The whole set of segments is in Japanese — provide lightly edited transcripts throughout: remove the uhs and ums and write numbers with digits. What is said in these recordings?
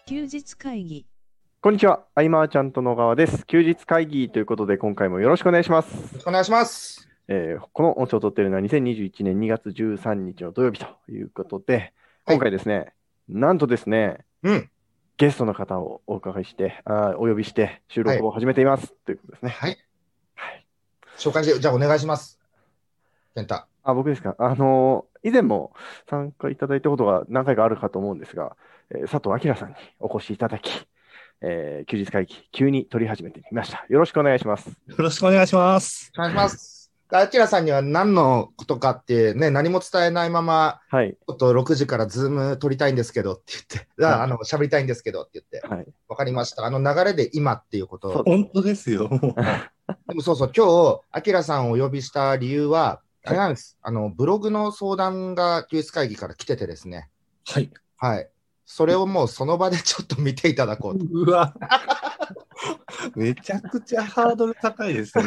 休日会議。 こんにちは、アイマーちゃんと野川です。休日会議ということで、今回もよろしくお願いします。 よろしくお願いします。 この音声を撮っているのは2021年2月13日の土曜日ということで、 はい、 今回ですね、なんとですね、ゲストの方をお伺いして、お呼びして収録を始めています、ということですね。 はい。紹介して、じゃあお願いします。健太。 僕ですか。以前も参加いただいたことが何回かあるかと思うんですが、佐藤明さんにお越しいただき、休日会議、急に取り始めてみました。よろしくお願いします。 よろしくお願いします。 お願いします。明さんには何のことかってね、何も伝えないまま、 はい、 ちょっと6時からズーム撮りたいんですけどって言って、喋りたいんですけどって言って、 はい、 わかりました。流れで今っていうことを。 本当ですよ。 でもそうそう、今日、明さんをお呼びした理由は、あれなんです。ブログの相談が休日会議から来ててですね。 はい。 はい。それをもうその場でちょっと見ていただこうと。 うわ。めちゃくちゃハードル高いですね。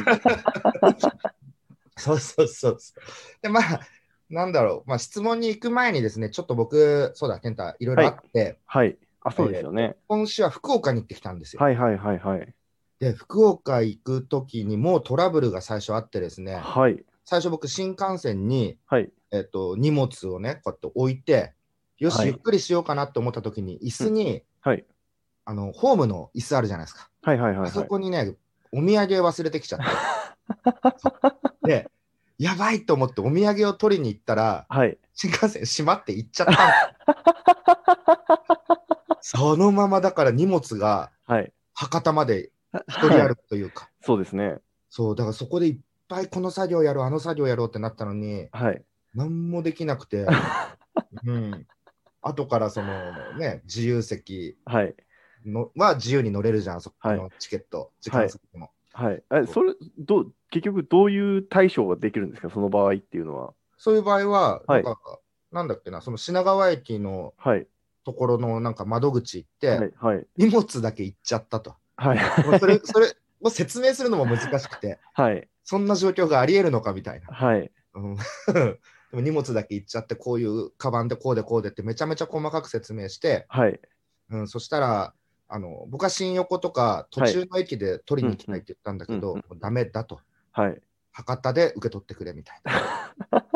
そう。で、なんだろう、質問に行く前にですね、ちょっと僕、そうだ、健太、いろいろあって、 はい。そうですよね。 今週は福岡に行ってきたんですよ。 はい。 で、福岡行くときにもうトラブルが最初あってですね、 はい。 最初僕、新幹線に、 はい。 荷物をね、こうやって置いて、よし、 はいゆっくりしようかなと思ったときに、椅子に、 はい。 ホームの椅子あるじゃないですか。 はい。 あそこにね、お土産忘れてきちゃって。で、やばいと思ってお土産を取りに行ったら、 はい、 新幹線閉まって行っちゃったんそのままだから荷物が博多まで一人歩くというか、 そうですね。 そう、だからそこでいっぱいこの作業やろう、あの作業やろうってなったのに、何もできなくて、後からそのね、自由席は自由に乗れるじゃん、そこのチケット、時間席も。 それ結局どういう対処ができるんですか、その場合っていうのは。 そういう場合は、なんだっけな、その品川駅のところのなんか窓口行って、荷物だけ行っちゃったと。それを説明するのも難しくて、そんな状況がありえるのかみたいな。でも荷物だけ行っちゃって、こういうカバンでこうでこうでってめちゃめちゃ細かく説明して、そしたら、僕は新横とか途中の駅で取りに行きたいって言ったんだけど、ダメだと。博多で受け取ってくれみたいな。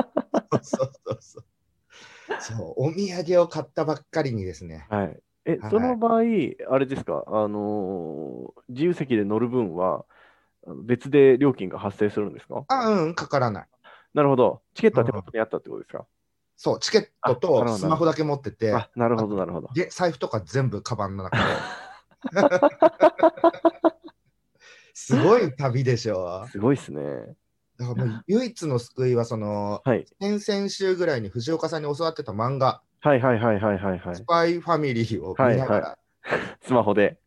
そう、お土産を買ったばっかりにですね。 その場合、あれですか、自由席で乗る分は別で料金が発生するんですか？ かからない。 なるほど。チケットは手元にあったってことですか？ そう、チケットとスマホだけ持ってて、 なるほど。 で、財布とか全部カバンの中で。すごい旅でしょ。 すごいっすね。 だからもう唯一の救いは、その、先々週ぐらいに藤岡さんに教わってた漫画、スパイファミリーを見ながら、 スマホで。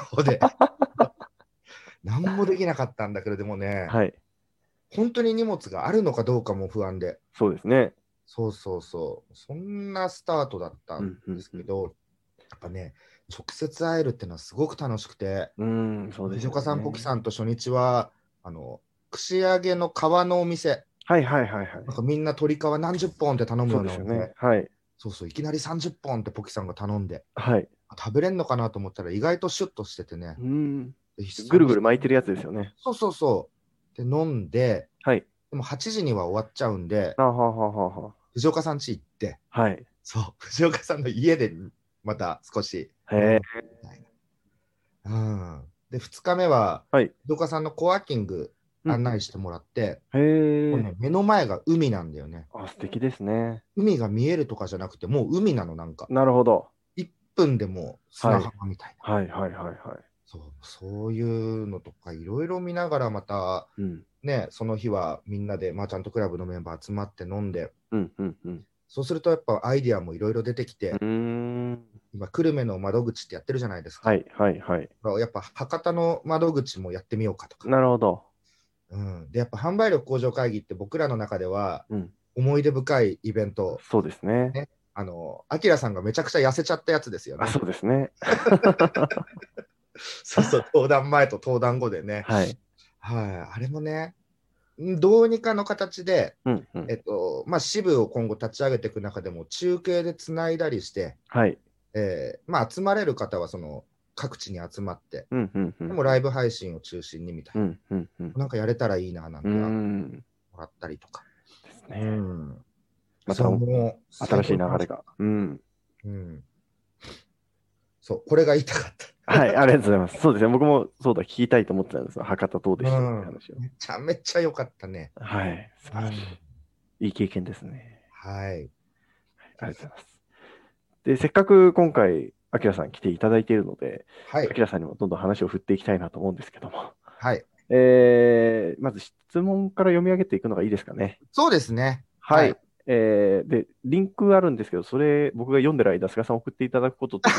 何もできなかったんだけど、でもね、本当に荷物があるのかどうかも不安で。 そうですね。 そんなスタートだったんですけど、やっぱね、直接会えるっていうのはすごく楽しくて、藤岡さん、ポキさんと初日は、串揚げの皮のお店、なんかみんな鶏皮何十本って頼むようなので、いきなり30本ってポキさんが頼んで、食べれんのかなと思ったら意外とシュッとしててね、 ぐるぐる巻いてるやつですよね。 で、飲んで、でも8時には終わっちゃうんで、藤岡さん家行って、藤岡さんの家でまた少し。で、2日目は、藤岡さんのコワーキング案内してもらって、目の前が海なんだよね。 素敵ですね。 海が見えるとかじゃなくて、もう海なの、なんか。 なるほど。 1分でも砂浜みたいな。そういうのとかいろいろ見ながらまた、その日はみんなでマーチャントクラブのメンバー集まって飲んで、そうするとやっぱアイディアもいろいろ出てきて、今、久留米の窓口ってやってるじゃないですか。やっぱ博多の窓口もやってみようかとか。 なるほど。 で、やっぱ販売力向上会議って僕らの中では思い出深いイベント。 そうですね。 明さんがめちゃくちゃ痩せちゃったやつですよね。 そうですね。 登壇前と登壇後でね。あれもね、どうにかの形で、支部を今後立ち上げていく中でも中継でつないだりして、 まあ、集まれる方はその各地に集まって、でもライブ配信を中心にみたいな、なんかやれたらいいななんてもらったりとか。 ですね。またそう、もう新しい流れが。 そう、これが言いたかった。 はい、ありがとうございます。そうですね、僕もそうだ、聞きたいと思ってたんですよ。博多どうでしたって話を。 めちゃめちゃ良かったね。 はい、素晴らしい。いい経験ですね。 はい。 ありがとうございます。で、せっかく今回、アキラさん来ていただいているので、アキラさんにもどんどん話を振っていきたいなと思うんですけども。 はい。 まず質問から読み上げていくのがいいですかね。 そうですね。 はい。で、リンクあるんですけど、それ、僕が読んでる間、菅さん送っていただくことって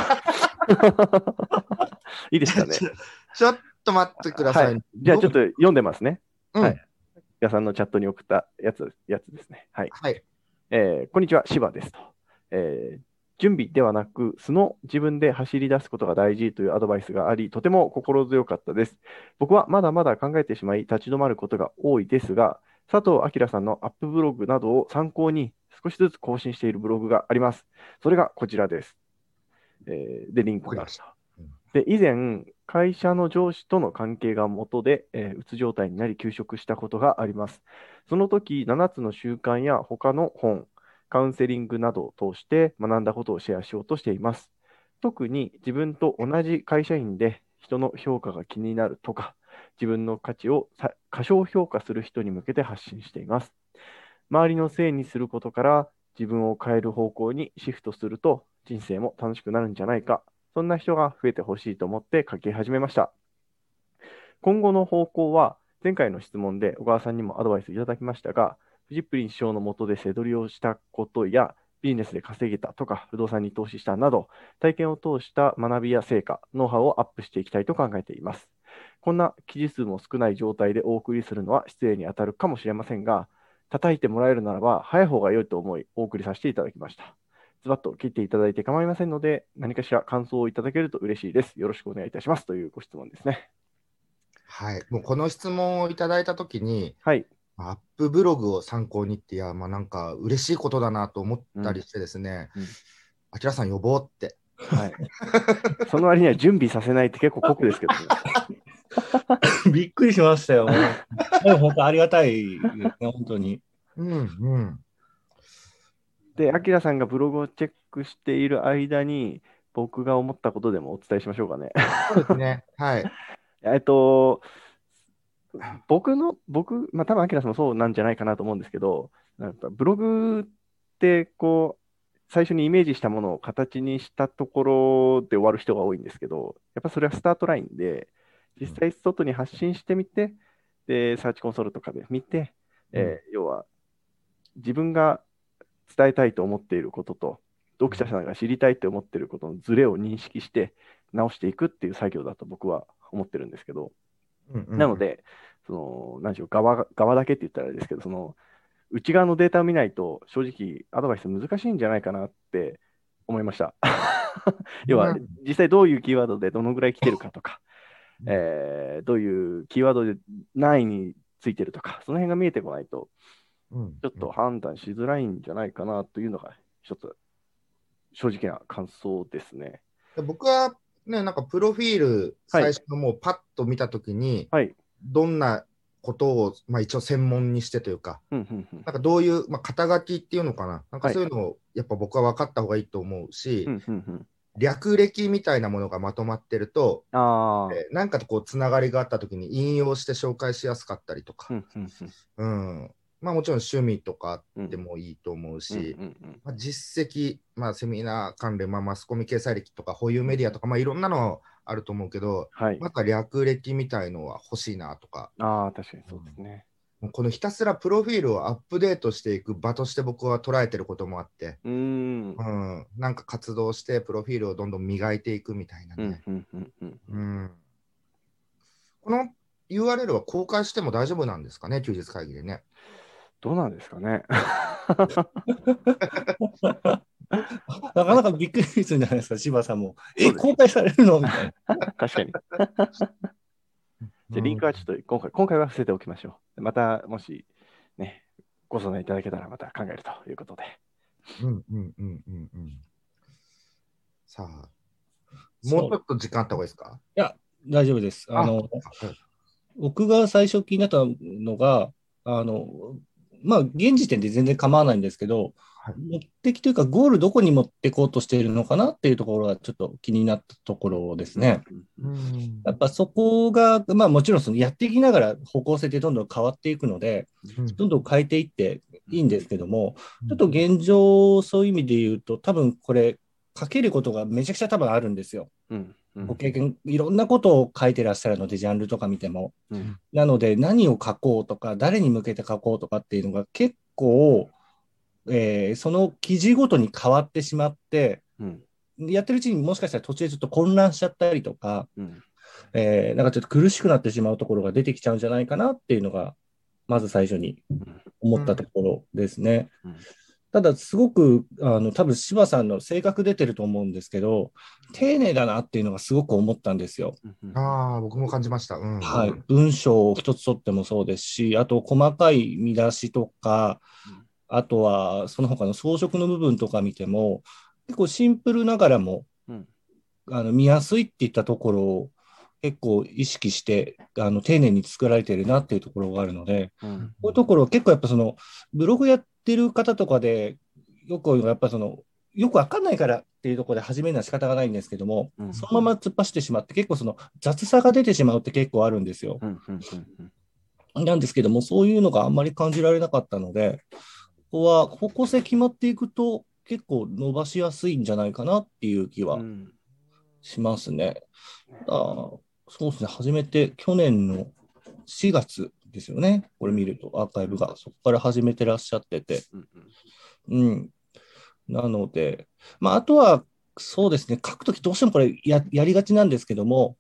いいですかね。 ちょっと待ってください。はい、 じゃあ、ちょっと読んでますね。はい。菅さんのチャットに送ったやつですね。はい。 はい。 こんにちは、柴ですと。準備ではなく、素の自分で走り出すことが大事というアドバイスがあり、とても心強かったです。僕はまだまだ考えてしまい、立ち止まることが多いですが、佐藤明さんのアップブログなどを参考に少しずつ更新しているブログがあります。それがこちらです。で、リンクがあると。で、以前、会社の上司との関係が元で、うつ状態になり休職したことがあります。その時、7つの習慣や他の本、カウンセリングなどを通して学んだことをシェアしようとしています。特に自分と同じ会社員で人の評価が気になるとか、自分の価値を過小評価する人に向けて発信しています。周りのせいにすることから自分を変える方向にシフトすると人生も楽しくなるんじゃないか、そんな人が増えてほしいと思って書き始めました。今後の方向は、前回の質問で小川さんにもアドバイスいただきましたが、フジップリン師匠の下で背取りをしたことや、ビジネスで稼げたとか、不動産に投資したなど、体験を通した学びや成果、ノウハウをアップしていきたいと考えています。こんな記事数も少ない状態でお送りするのは失礼に当たるかもしれませんが、叩いてもらえるならば早い方が良いと思い、お送りさせていただきました。ズバッと切っていただいて構いませんので、何かしら感想をいただけると嬉しいです。よろしくお願いいたしますというご質問ですね。 はい。もうこの質問をいただいたときに、 はい。 アップブログを参考にって、いや、まあなんか嬉しいことだなと思ったりしてですね、あきらさん呼ぼうって。 はい。その割には準備させないって結構酷ですけどね。 びっくりしましたよ。本当ありがたいですね、本当に。 で、アキラさんがブログをチェックしている間に、僕が思ったことでもお伝えしましょうかね。 そうですね。はい。 まあ多分アキラさんもそうなんじゃないかなと思うんですけど、なんかブログってこう、最初にイメージしたものを形にしたところで終わる人が多いんですけど、やっぱそれはスタートラインで、実際外に発信してみて、で、サーチコンソールとかで見て、要は自分が伝えたいと思っていることと、読者さんが知りたいと思っていることのズレを認識して直していくっていう作業だと僕は思ってるんですけど、なので、何でしょう、側だけって言ったらあれですけど、内側のデータを見ないと、正直、アドバイス難しいんじゃないかなって思いました。要は、実際どういうキーワードでどのぐらい来てるかとか、どういうキーワードで何位についてるとか、その辺が見えてこないと、ちょっと判断しづらいんじゃないかなというのが、一つ、正直な感想ですね。 僕はね、なんかプロフィール、最初のもうパッと見たときに、どんなことを、まあ、一応専門にしてというか、なんかどういう、まあ、肩書きっていうのかな、なんかそういうのをやっぱ僕は分かった方がいいと思うし、略歴みたいなものがまとまってると、なんかこうつながりがあったときに引用して紹介しやすかったりとか、まあ、もちろん趣味とかでもいいと思うし、実績、まあ、セミナー関連、まあ、マスコミ掲載歴とか保有メディアとか、まあ、いろんなのあると思うけど、なんか略歴みたいのは欲しいなとか。 確かにそうですね。 このひたすらプロフィールをアップデートしていく場として僕は捉えてることもあって、なんか活動してプロフィールをどんどん磨いていくみたいなね。この URL は公開しても大丈夫なんですかね、休日会議でね。 どうなんですかね。 なかなかびっくりするんじゃないですか、柴さんも。公開されるのみたいな。 確かに。じゃあ、リンクはちょっと今回は伏せておきましょう。また、もし、ね、ご相談いただけたらまた考えるということで。 さあ、もうちょっと時間あった方がいいですか？ いや、大丈夫です。僕が最初気になったのが、現時点で全然構わないんですけど、はい、目的というか、ゴールどこに持っていこうとしているのかなっていうところがちょっと気になったところですね。やっぱそこが、もちろんそのやっていきながら方向性ってどんどん変わっていくので、どんどん変えていっていいんですけども、ちょっと現状、そういう意味で言うと、多分これ、かけることがめちゃくちゃ多分あるんですよ。ご経験、いろんなことを書いてらっしゃるので、ジャンルとか見ても。なので、何を書こうとか、誰に向けて書こうとかっていうのが結構、その記事ごとに変わってしまって、やってるうちにもしかしたら途中でちょっと混乱しちゃったりとか、なんかちょっと苦しくなってしまうところが出てきちゃうんじゃないかなっていうのが、まず最初に思ったところですね。ただ、すごく、多分柴さんの性格出てると思うんですけど、丁寧だなっていうのがすごく思ったんですよ。 僕も感じました。 はい。文章を一つとってもそうですし、あと細かい見出しとか、あとはその他の装飾の部分とか見ても、結構シンプルながらも、見やすいっていったところを結構意識して丁寧に作られているなっていうところがあるので、こういうところ結構やっぱそのブログやってる方とかでよくやっぱそのよくわかんないからっていうところで始めるのは仕方がないんですけども、そのまま突っ走ってしまって結構その雑さが出てしまうって結構あるんですよ。なんですけども、そういうのがあんまり感じられなかったので、ここは方向性決まっていくと結構伸ばしやすいんじゃないかなっていう気はしますね。そうですね、初めて去年の4月ですよね、これ見ると、アーカイブが、そこから始めてらっしゃってて。なので、あとは、そうですね、書くときどうしてもこれやりがちなんですけども、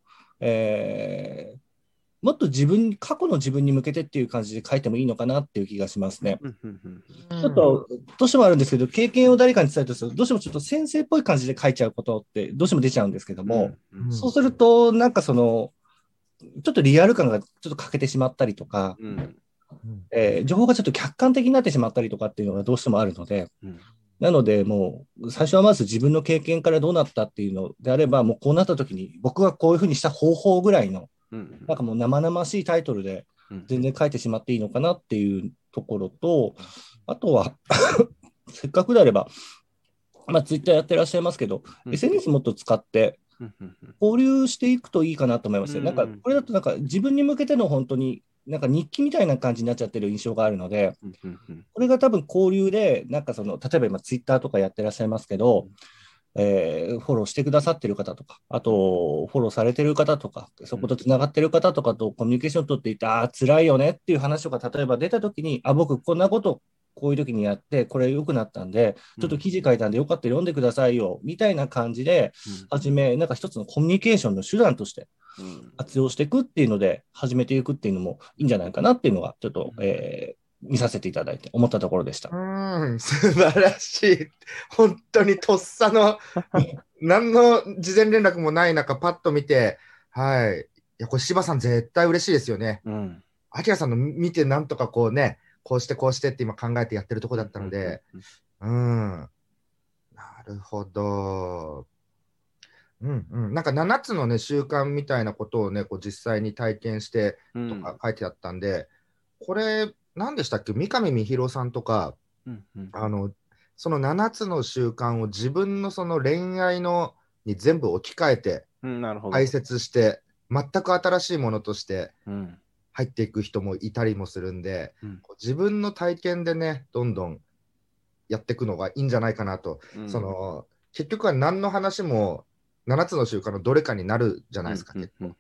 もっと過去の自分に向けてっていう感じで書いてもいいのかなっていう気がしますね。ちょっと、どうしてもあるんですけど、経験を誰かに伝えると、どうしてもちょっと先生っぽい感じで書いちゃうことって、どうしても出ちゃうんですけども、そうすると、なんかその、ちょっとリアル感がちょっと欠けてしまったりとか、情報がちょっと客観的になってしまったりとかっていうのがどうしてもあるので、なので、もう、最初はまず自分の経験からどうなったっていうのであれば、もうこうなった時に、僕がこういうふうにした方法ぐらいの、なんかもう生々しいタイトルで全然書いてしまっていいのかなっていうところと、あとはせっかくであれば、ツイッターやってらっしゃいますけど、SNS もっと使って交流していくといいかなと思いますよ。なんかこれだとなんか自分に向けての本当になんか日記みたいな感じになっちゃってる印象があるので、これが多分交流で、なんかその例えば今ツイッターとかやってらっしゃいますけど、フォローしてくださってる方とか、あと、フォローされてる方とか、そことつながってる方とかとコミュニケーションを取っていて、辛いよねっていう話とか、例えば出たときに、僕、こんなことこういう時にやって、これ良くなったんで、ちょっと記事書いたんで、よかったら読んでくださいよ、みたいな感じで、なんか一つのコミュニケーションの手段として活用していくっていうので、始めていくっていうのもいいんじゃないかなっていうのが、ちょっと、見させていただいて思ったところでした。 素晴らしい。本当にとっさの、何の事前連絡もない中、パッと見て、はい。いや、これ柴さん絶対嬉しいですよね。明さんの見てなんとかこうね、こうしてこうしてって今考えてやってるとこだったので、なるほど。なんか7つのね、習慣みたいなことをね、こう実際に体験してとか書いてあったんで、これ、何でしたっけ、三上美弘さんとか、その7つの習慣を自分のその恋愛のに全部置き換えて、解説して、全く新しいものとして入っていく人もいたりもするんで、自分の体験でね、どんどんやっていくのがいいんじゃないかなと。その結局は何の話も7つの習慣のどれかになるじゃないですか、結構。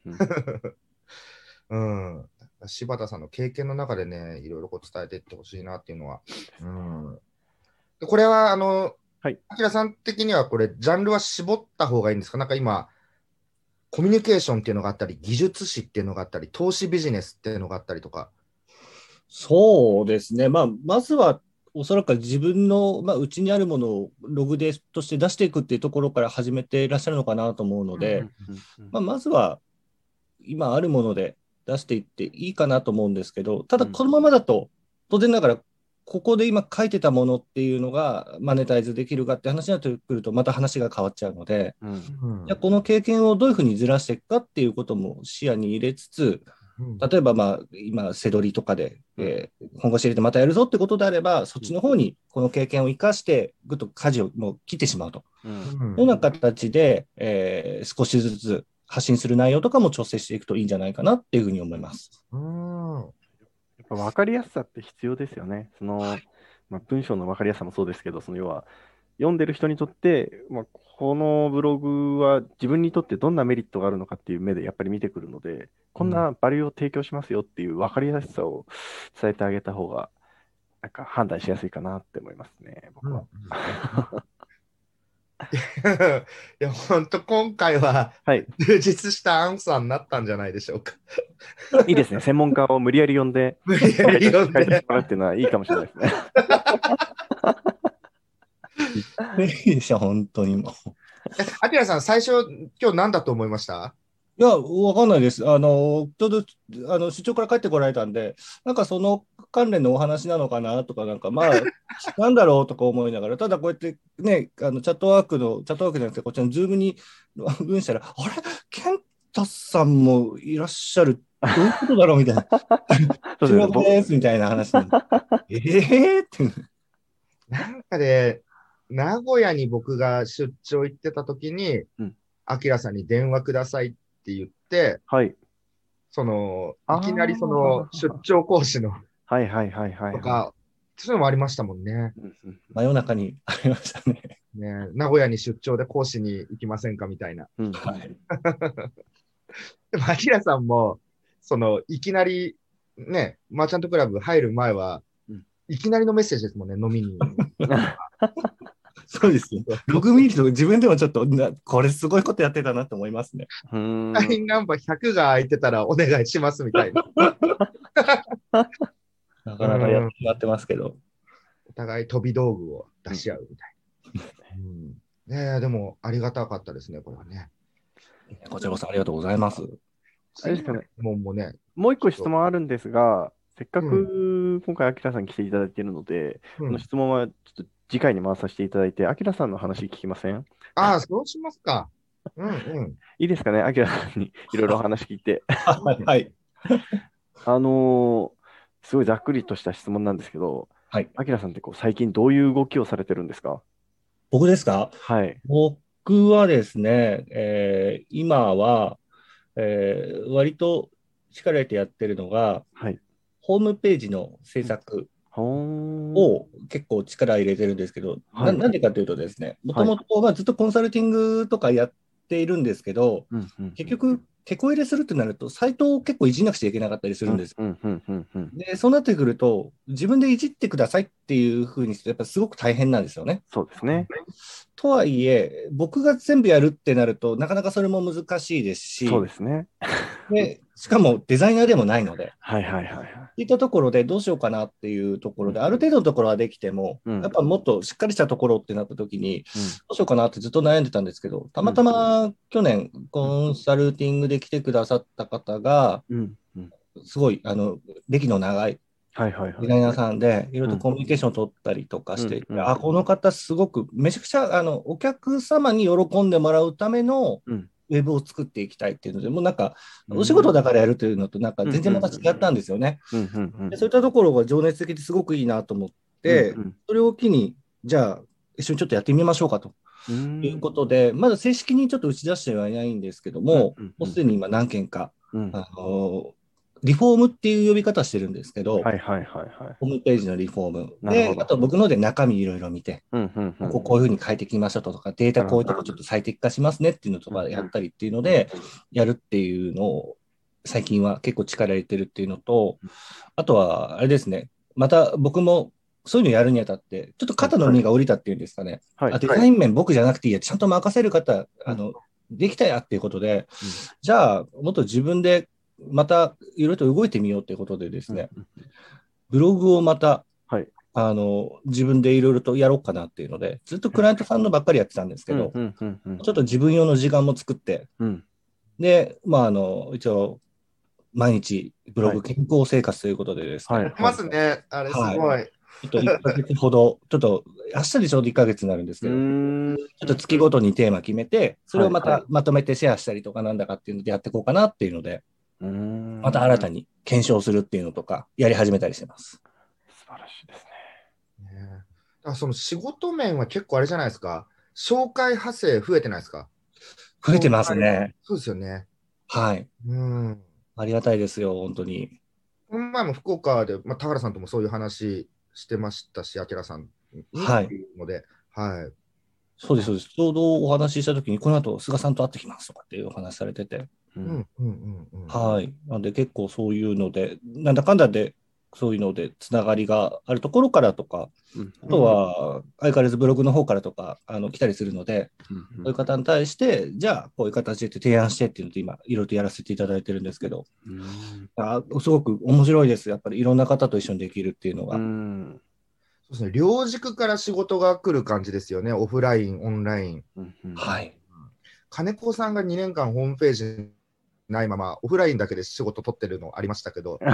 柴田さんの経験の中でね、いろいろこう伝えていってほしいなっていうのは。でこれは、明さん的にはこれ、ジャンルは絞った方がいいんですか？なんか今、コミュニケーションっていうのがあったり、技術史っていうのがあったり、投資ビジネスっていうのがあったりとか。 そうですね。まずは、おそらく自分の、うちにあるものをログとして出していくっていうところから始めていらっしゃるのかなと思うので、まずは今あるもので出していっていいかなと思うんですけど、ただこのままだと、当然ながらここで今書いてたものっていうのがマネタイズできるかって話になってくると、また話が変わっちゃうので、じゃあこの経験をどういうふうにずらしていくかっていうことも視野に入れつつ、例えば今、背取りとかで、本腰入れてまたやるぞってことであれば、そっちの方にこの経験を生かして、ぐっと舵をもう切ってしまうと。いうような形で、少しずつ発信する内容とかも調整していくといいんじゃないかなっていうふうに思います。 やっぱ分かりやすさって必要ですよね。文章の分かりやすさもそうですけど、要は読んでる人にとって、このブログは自分にとってどんなメリットがあるのかっていう目でやっぱり見てくるので、こんなバリューを提供しますよっていう分かりやすさを伝えてあげた方が、なんか判断しやすいかなって思いますね、僕は。 いや、本当今回は充実したアンサーになったんじゃないでしょうか。 いいですね。専門家を無理やり呼んで、解説してもらうっていうのはいいかもしれないですね。 いいでしょ、本当にもう。 アキラさん、最初、今日何だと思いました？ いや、わかんないです。ちょうど出張から帰ってこられたんで、なんかその関連のお話なのかなとか、なんだろうとか思いながら、ただこうやってね、チャットワークじゃなくて、こっちのズームに文したら、あれ、健太さんもいらっしゃる、どういうことだろうみたいな。注目ですみたいな話に。って。 なんかで、名古屋に僕が出張行ってた時に、アキラさんに電話くださいって言って、いきなり出張講師の、とか、そういうのもありましたもんね。 真夜中にありましたね。 名古屋に出張で講師に行きませんかみたいな。でも、アキラさんも、いきなり、ね、マーチャントクラブ入る前は、いきなりのメッセージですもんね、飲みに。 そうですよ。僕見ると自分でもちょっと、これすごいことやってたなと思いますね。 LINE ナンバー100が空いてたらお願いしますみたいな。 なかなかやってますけど。 お互い飛び道具を出し合うみたいな。でも、ありがたかったですね、これはね。 こちらこそありがとうございます。 あれですかね。 もう一個質問あるんですが、せっかく今回、アキラさんに来ていただいているので、この質問はちょっと次回に回させていただいて、アキラさんの話聞きません？ そうしますか。 いいですかね、アキラさんにいろいろお話聞いて。 はい。 すごいざっくりとした質問なんですけど、 アキラさんって最近どういう動きをされてるんですか？ 僕ですか？僕はですね、今は、割と力入れてやってるのが、ホームページの制作を結構力入れてるんですけど、なんでかというとですね、もともとずっとコンサルティングとかやっているんですけど、結局、手こ入れするってなると、サイトを結構いじんなくちゃいけなかったりするんです。で、そうなってくると、自分でいじってくださいっていうふうにすると、やっぱすごく大変なんですよね。 そうですね。 とはいえ、僕が全部やるってなると、なかなかそれも難しいですし、 そうですね。 でしかもデザイナーでもないので、 いったところでどうしようかなっていうところで、ある程度のところはできても、やっぱもっとしっかりしたところってなったときに、どうしようかなってずっと悩んでたんですけど、たまたま去年、コンサルティングで来てくださった方が、すごい歴の長いデザイナーさんで、いろいろとコミュニケーションを取ったりとかしていて、この方、すごくめちゃくちゃお客様に喜んでもらうためのウェブを作っていきたいっていうので、もうなんか、お仕事だからやるというのと、なんか全然また違ったんですよね。でそういったところが情熱的ですごくいいなと思って、それを機に、じゃあ、一緒にちょっとやってみましょうかということで、まだ正式にちょっと打ち出してはいないんですけども、もうすでに今何件か、リフォームっていう呼び方してるんですけど、ホームページのリフォーム。で、あと僕ので中身いろいろ見て、こういうふうに変えていきましょうとか、データこういうとこちょっと最適化しますねっていうのとかやったりっていうので、やるっていうのを最近は結構力入れてるっていうのと、あとはあれですね、また僕もそういうのやるにあたって、ちょっと肩の荷が下りたっていうんですかね、デザイン面僕じゃなくていいや、ちゃんと任せる方、できたやっていうことで、じゃあもっと自分でまたいろいろと動いてみようということでですね、ブログをまた、自分でいろいろとやろうかなっていうので、ずっとクライアントさんのばっかりやってたんですけど、ちょっと自分用の時間も作って、で、一応、毎日ブログ健康生活ということでですね。 ますね、あれすごい。 ちょっと1ヶ月ほど、ちょっと明日でちょうど1ヶ月になるんですけど、ちょっと月ごとにテーマ決めて、それをまたまとめてシェアしたりとかなんだかっていうのでやっていこうかなっていうので、また新たに検証するっていうのとか、やり始めたりしてます。 素晴らしいですね。 だからその仕事面は結構あれじゃないですか。紹介派生増えてないですか？ 増えてますね。 そうですよね。 はい。ありがたいですよ、本当に。 この前も福岡で、田原さんともそういう話してましたし、明さんにっていうので、はい。 そうです、そうです。ちょうどお話ししたときに、この後、菅さんと会ってきますとかっていうお話されてて。はい。なんで結構そういうので、なんだかんだで、そういうので、つながりがあるところからとか、あとは、相変わらずブログの方からとか、来たりするので、そういう方に対して、じゃあ、こういう形で提案してっていうので、今、いろいろとやらせていただいてるんですけど、すごく面白いです。やっぱりいろんな方と一緒にできるっていうのが。 そうですね。両軸から仕事が来る感じですよね。オフライン、オンライン。 はい。 金子さんが2年間ホームページないまま、オフラインだけで仕事取ってるのありましたけど、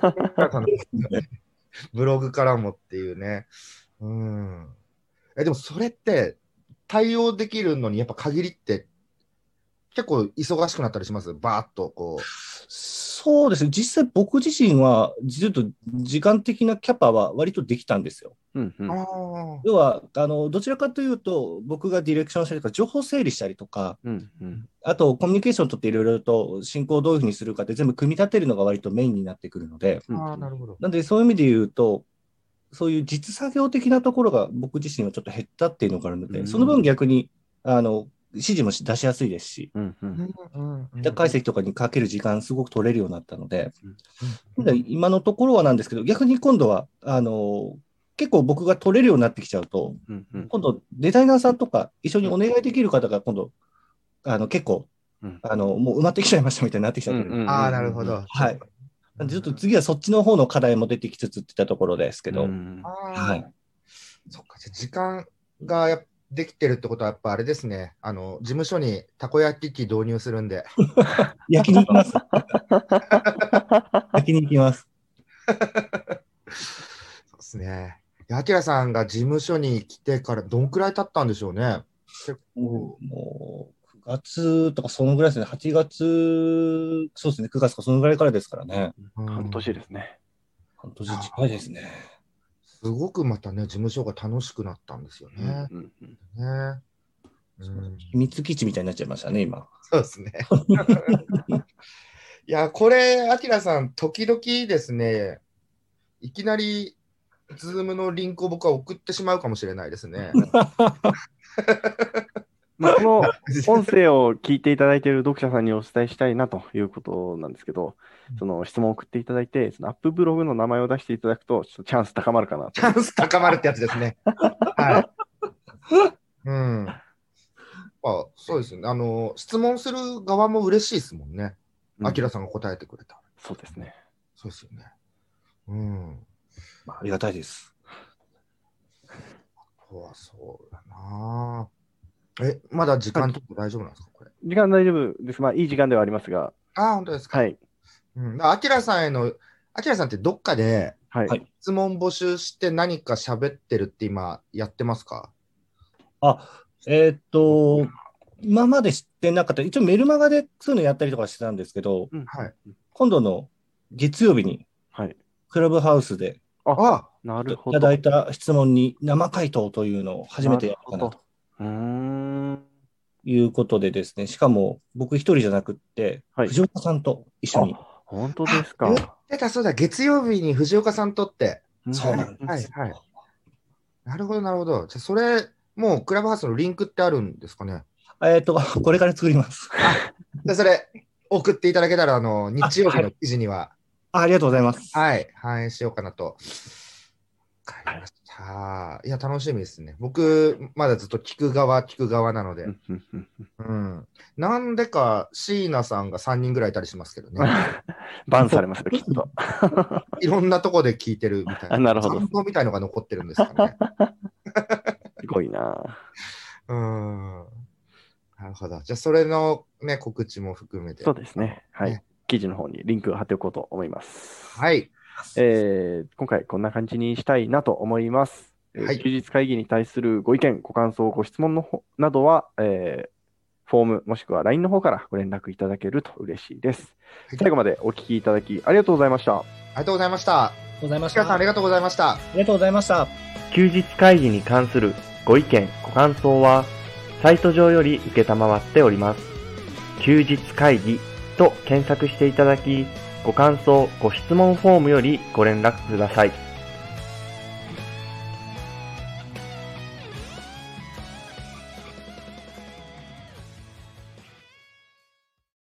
ブログからもっていうね。でもそれって対応できるのにやっぱ限りって結構忙しくなったりします？バーッとこう。 そうですね。実際僕自身は、実は時間的なキャパは割とできたんですよ。要はどちらかというと、僕がディレクションしたりとか、情報整理したりとか、あとコミュニケーションを取っていろいろと進行をどういうふうにするかって全部組み立てるのが割とメインになってくるので、 なるほど。 なんでそういう意味で言うと、そういう実作業的なところが僕自身はちょっと減ったっていうのがあるので、その分逆に指示も出しやすいですし、データ解析とかにかける時間すごく取れるようになったので、今のところはなんですけど、逆に今度は結構僕が取れるようになってきちゃうと、今度デザイナーさんとか一緒にお願いできる方が今度結構もう埋まってきちゃいましたみたいになってきちゃってる。 なるほど。 はい。ちょっと次はそっちの方の課題も出てきつつっていったところですけど。はい。 そっか、時間ができてるってことはやっぱあれですね。事務所にたこ焼き器導入するんで。 焼きに行きます。焼きに行きます。 そうですね。あきらさんが事務所に来てからどんくらい経ったんでしょうね。 もう9月とかそのぐらいですね。8月、そうですね。9月とかそのぐらいからですからね。 半年ですね。 半年近いですね。 すごくまたね、事務所が楽しくなったんですよね。 秘密基地みたいになっちゃいましたね、今。 そうですね。いや、これ、あきらさん、時々ですね、いきなり、ズームのリンクを僕は送ってしまうかもしれないですね。 この音声を聞いていただいている読者さんにお伝えしたいなということなんですけど、その質問を送っていただいて、そのアップブログの名前を出していただくと、ちょっとチャンス高まるかなと。 チャンス高まるってやつですね。はい。そうですね。質問する側も嬉しいですもんね。あきらさんが答えてくれた。 そうですね。 そうですよね。 ありがたいです。 そうだな。まだ時間とか大丈夫なんですか、これ。 時間大丈夫です。いい時間ではありますが。 本当ですか。 はい。 あきらさんってどっかで質問募集して何か喋ってるって今やってますか？ 今まで知ってなかった、一応メルマガでそういうのやったりとかしてたんですけど、今度の月曜日に、クラブハウスで、 なるほど。いただいた質問に生回答というのを初めてやったかなと。いうことでですね、しかも僕一人じゃなくって、藤岡さんと一緒に。 本当ですか。 言ってた、そうだ、月曜日に藤岡さんとって。 そうなんです。 なるほど、なるほど。じゃあ、それ、もうクラブハウスのリンクってあるんですかね。 これから作ります。 じゃあ、それ、送っていただけたら、日曜日の記事には。 ありがとうございます。 はい、反映しようかなと。わかりました。いや、楽しみですね。僕、まだずっと聞く側なので。なんでか、椎名さんが3人ぐらいいたりしますけどね。 バンされますよ、きっと。 いろんなとこで聞いてるみたいな。 なるほど。 散歩みたいのが残ってるんですかね。 すごいな。 なるほど。じゃあ、それのね、告知も含めて。 そうですね。はい。記事の方にリンクを貼っておこうと思います。 はい。 今回こんな感じにしたいなと思います。 はい、 休日会議に対するご意見、ご感想、ご質問などは、フォームもしくは LINE の方からご連絡いただけると嬉しいです。はい、最後までお聞きいただきありがとうございました。 ありがとうございました。皆さんありがとうございました。 ありがとうございました。 休日会議に関するご意見、ご感想は、サイト上より受けたまわっております。休日会議と検索していただき、ご感想、ご質問フォームよりご連絡ください。